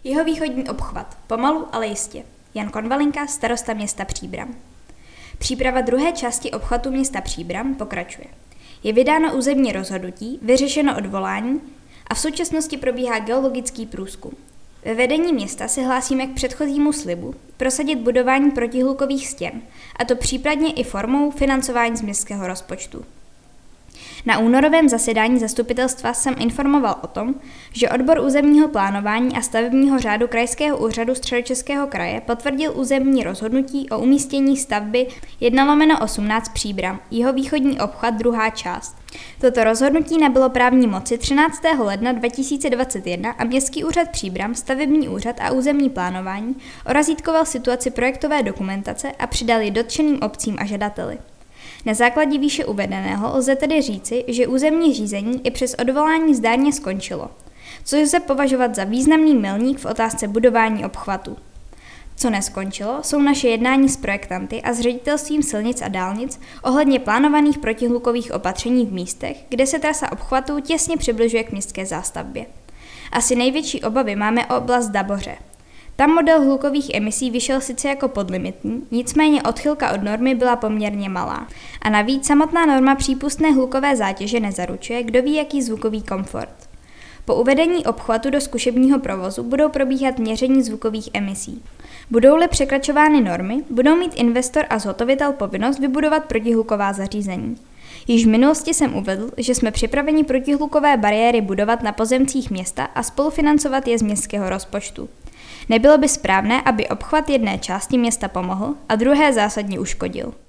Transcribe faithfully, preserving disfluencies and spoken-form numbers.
Jihovýchodní obchvat. Pomalu, ale jistě. Jan Konvalinka, starosta města Příbram. Příprava druhé části obchvatu města Příbram pokračuje. Je vydáno územní rozhodnutí, vyřešeno odvolání a v současnosti probíhá geologický průzkum. Ve vedení města se hlásíme k předchozímu slibu prosadit budování protihlukových stěn, a to případně i formou financování z městského rozpočtu. Na únorovém zasedání zastupitelstva jsem informoval o tom, že odbor územního plánování a stavebního řádu Krajského úřadu Středočeského kraje potvrdil územní rozhodnutí o umístění stavby jedna lomeno osmnáct Příbram, jihovýchodní obchvat druhá část. Toto rozhodnutí nabylo právní moci třináctého ledna dva tisíce dvacet jedna a Městský úřad Příbram, stavební úřad a územní plánování orazítkoval situaci projektové dokumentace a přidal ji dotčeným obcím a žadateli. Na základě výše uvedeného lze tedy říci, že územní řízení i přes odvolání zdárně skončilo, což lze považovat za významný milník v otázce budování obchvatu. Co neskončilo, jsou naše jednání s projektanty a s ředitelstvím silnic a dálnic ohledně plánovaných protihlukových opatření v místech, kde se trasa obchvatu těsně přibližuje k městské zástavbě. Asi největší obavy máme o oblast Daboře. Tam model hlukových emisí vyšel sice jako podlimitní, nicméně odchylka od normy byla poměrně malá. A navíc samotná norma přípustné hlukové zátěže nezaručuje, kdo ví jaký zvukový komfort. Po uvedení obchvatu do zkušebního provozu budou probíhat měření zvukových emisí. Budou-li překračovány normy, budou mít investor a zhotovitel povinnost vybudovat protihluková zařízení. Již v minulosti jsem uvedl, že jsme připraveni protihlukové bariéry budovat na pozemcích města a spolufinancovat je z městského rozpočtu. Nebylo by správné, aby obchvat jedné části města pomohl a druhé zásadně uškodil.